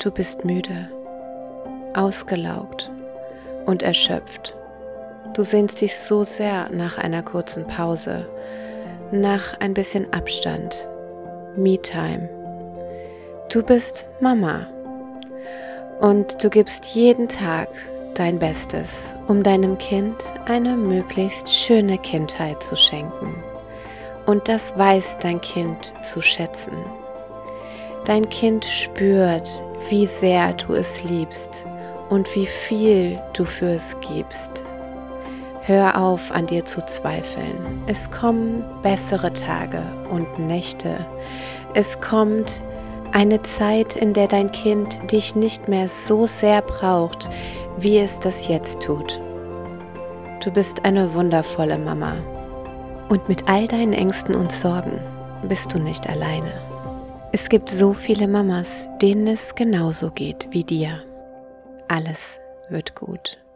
Du bist müde, ausgelaugt und erschöpft. Du sehnst dich so sehr nach einer kurzen Pause, nach ein bisschen Abstand, Me-Time. Du bist Mama und du gibst jeden Tag dein Bestes, um deinem Kind eine möglichst schöne Kindheit zu schenken. Und das weiß dein Kind zu schätzen. Dein Kind spürt, wie sehr du es liebst und wie viel du für es gibst. Hör auf, an dir zu zweifeln. Es kommen bessere Tage und Nächte. Es kommt eine Zeit, in der dein Kind dich nicht mehr so sehr braucht, wie es das jetzt tut. Du bist eine wundervolle Mama. Und mit all deinen Ängsten und Sorgen bist du nicht alleine. Es gibt so viele Mamas, denen es genauso geht wie dir. Alles wird gut.